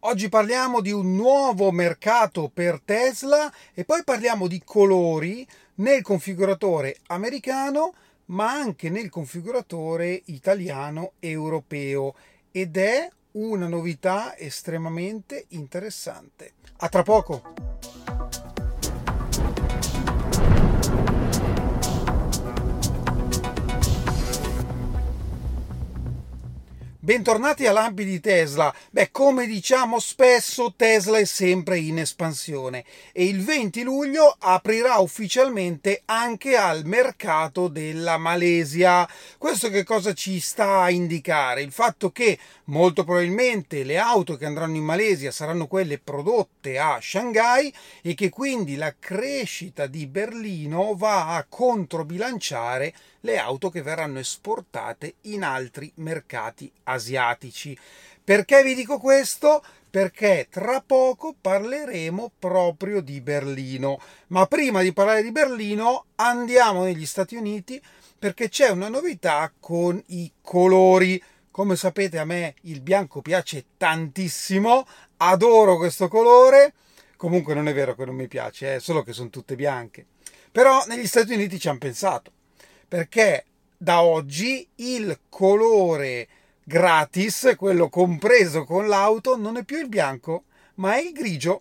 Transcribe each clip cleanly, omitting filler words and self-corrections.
Oggi parliamo di un nuovo mercato per Tesla e poi parliamo di colori nel configuratore americano, ma anche nel configuratore italiano europeo, ed è una novità estremamente interessante. A tra poco! Bentornati a Lampi di Tesla. Come diciamo spesso, Tesla è sempre in espansione e il 20 luglio aprirà ufficialmente anche al mercato della Malesia. Questo che cosa ci sta a indicare? Il fatto che molto probabilmente le auto che andranno in Malesia saranno quelle prodotte a Shanghai e che quindi la crescita di Berlino va a controbilanciare le auto che verranno esportate in altri mercati asiatici. Perché vi dico questo? Perché tra poco parleremo proprio di Berlino. Ma prima di parlare di Berlino andiamo negli Stati Uniti perché c'è una novità con i colori. Come sapete, a me il bianco piace tantissimo, adoro questo colore. Comunque non è vero che non mi piace, è solo che sono tutte bianche. Però negli Stati Uniti ci hanno pensato, perché da oggi il colore gratis, quello compreso con l'auto, non è più il bianco, ma è il grigio.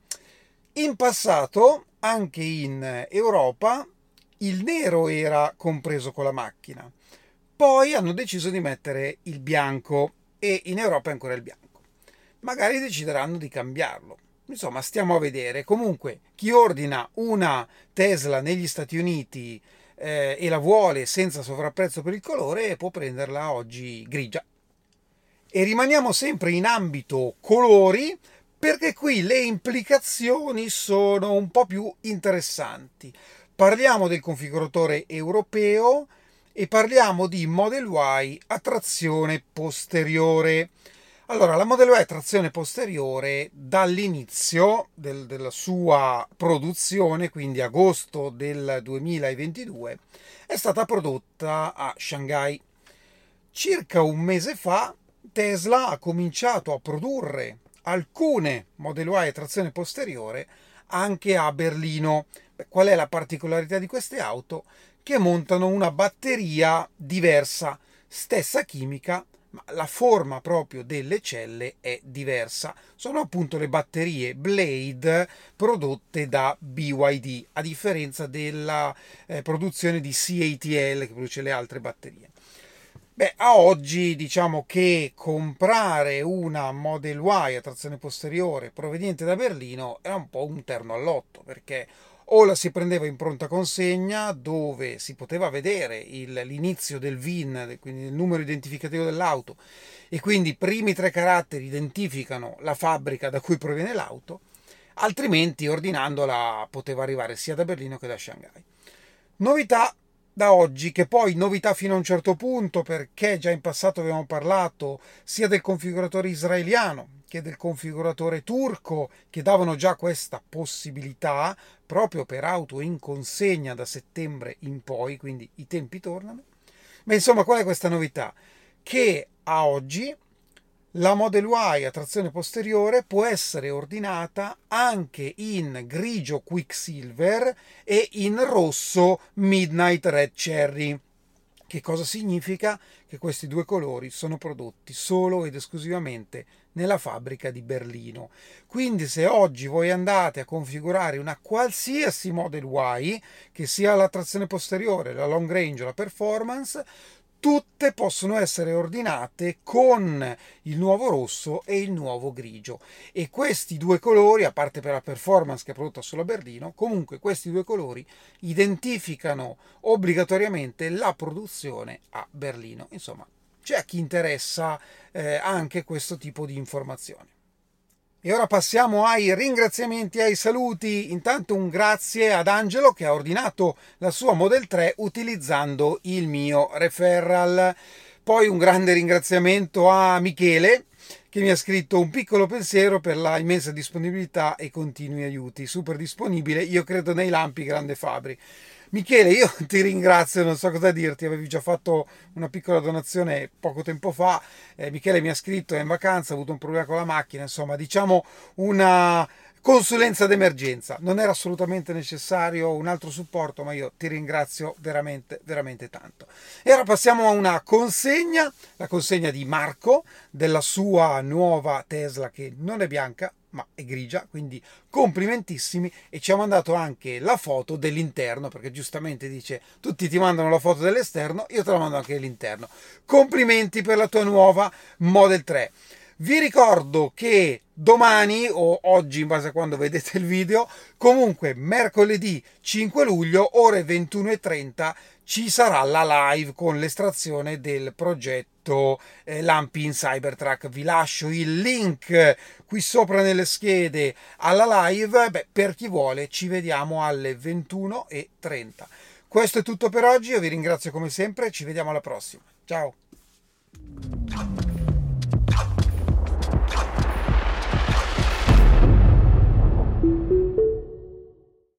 In passato, anche in Europa, il nero era compreso con la macchina. Poi hanno deciso di mettere il bianco e in Europa è ancora il bianco. Magari decideranno di cambiarlo. Insomma, stiamo a vedere. Comunque, chi ordina una Tesla negli Stati Uniti e la vuole senza sovrapprezzo per il colore può prenderla oggi grigia. E rimaniamo sempre in ambito colori perché qui le implicazioni sono un po' più interessanti. Parliamo del configuratore europeo e parliamo di Model Y a trazione posteriore. Allora, la Model Y a trazione posteriore dall'inizio della sua produzione, quindi agosto del 2022, è stata prodotta a Shanghai. Circa un mese fa Tesla ha cominciato a produrre alcune Model Y a trazione posteriore anche a Berlino. Qual è la particolarità di queste auto? Che montano una batteria diversa, stessa chimica, ma la forma proprio delle celle è diversa. Sono appunto le batterie Blade prodotte da BYD, a differenza della produzione di CATL che produce le altre batterie. A oggi diciamo che comprare una Model Y a trazione posteriore proveniente da Berlino era un po' un terno al lotto, perché o la si prendeva in pronta consegna, dove si poteva vedere l'inizio del VIN, quindi il numero identificativo dell'auto, e quindi i primi tre caratteri identificano la fabbrica da cui proviene l'auto, altrimenti ordinandola poteva arrivare sia da Berlino che da Shanghai. Novità da oggi, che poi novità fino a un certo punto, perché già in passato abbiamo parlato sia del configuratore israeliano che del configuratore turco, che davano già questa possibilità proprio per auto in consegna da settembre in poi, quindi i tempi tornano. Ma insomma, qual è questa novità? Che a oggi la Model Y a trazione posteriore può essere ordinata anche in grigio Quicksilver e in rosso Midnight Red Cherry. Che cosa significa? Che questi due colori sono prodotti solo ed esclusivamente nella fabbrica di Berlino. Quindi se oggi voi andate a configurare una qualsiasi Model Y, che sia la trazione posteriore, la long range o la performance, tutte possono essere ordinate con il nuovo rosso e il nuovo grigio, e questi due colori, a parte per la performance che è prodotta solo a Berlino, comunque questi due colori identificano obbligatoriamente la produzione a Berlino. Insomma, c'è a chi interessa anche questo tipo di informazioni. E ora passiamo ai ringraziamenti e ai saluti. Intanto un grazie ad Angelo che ha ordinato la sua Model 3 utilizzando il mio referral. Poi un grande ringraziamento a Michele che mi ha scritto un piccolo pensiero per la immensa disponibilità e continui aiuti. Super disponibile, io credo nei lampi, grande Fabri. Michele, io ti ringrazio, non so cosa dirti, avevi già fatto una piccola donazione poco tempo fa, Michele mi ha scritto, è in vacanza, ha avuto un problema con la macchina, insomma, diciamo una consulenza d'emergenza, non era assolutamente necessario un altro supporto, ma io ti ringrazio veramente, veramente tanto. E ora passiamo a una consegna, la consegna di Marco, della sua nuova Tesla che non è bianca, ma è grigia, quindi complimentissimi, e ci ha mandato anche la foto dell'interno, perché giustamente dice tutti ti mandano la foto dell'esterno, io te la mando anche dell'interno. Complimenti per la tua nuova Model 3. Vi ricordo che domani o oggi, in base a quando vedete il video, comunque mercoledì 5 luglio, ore 21:30, ci sarà la live con l'estrazione del progetto Lampi in Cybertruck. Vi lascio il link qui sopra nelle schede alla live. Beh, per chi vuole, ci vediamo alle 21:30. Questo è tutto per oggi, io vi ringrazio come sempre, ci vediamo alla prossima. Ciao!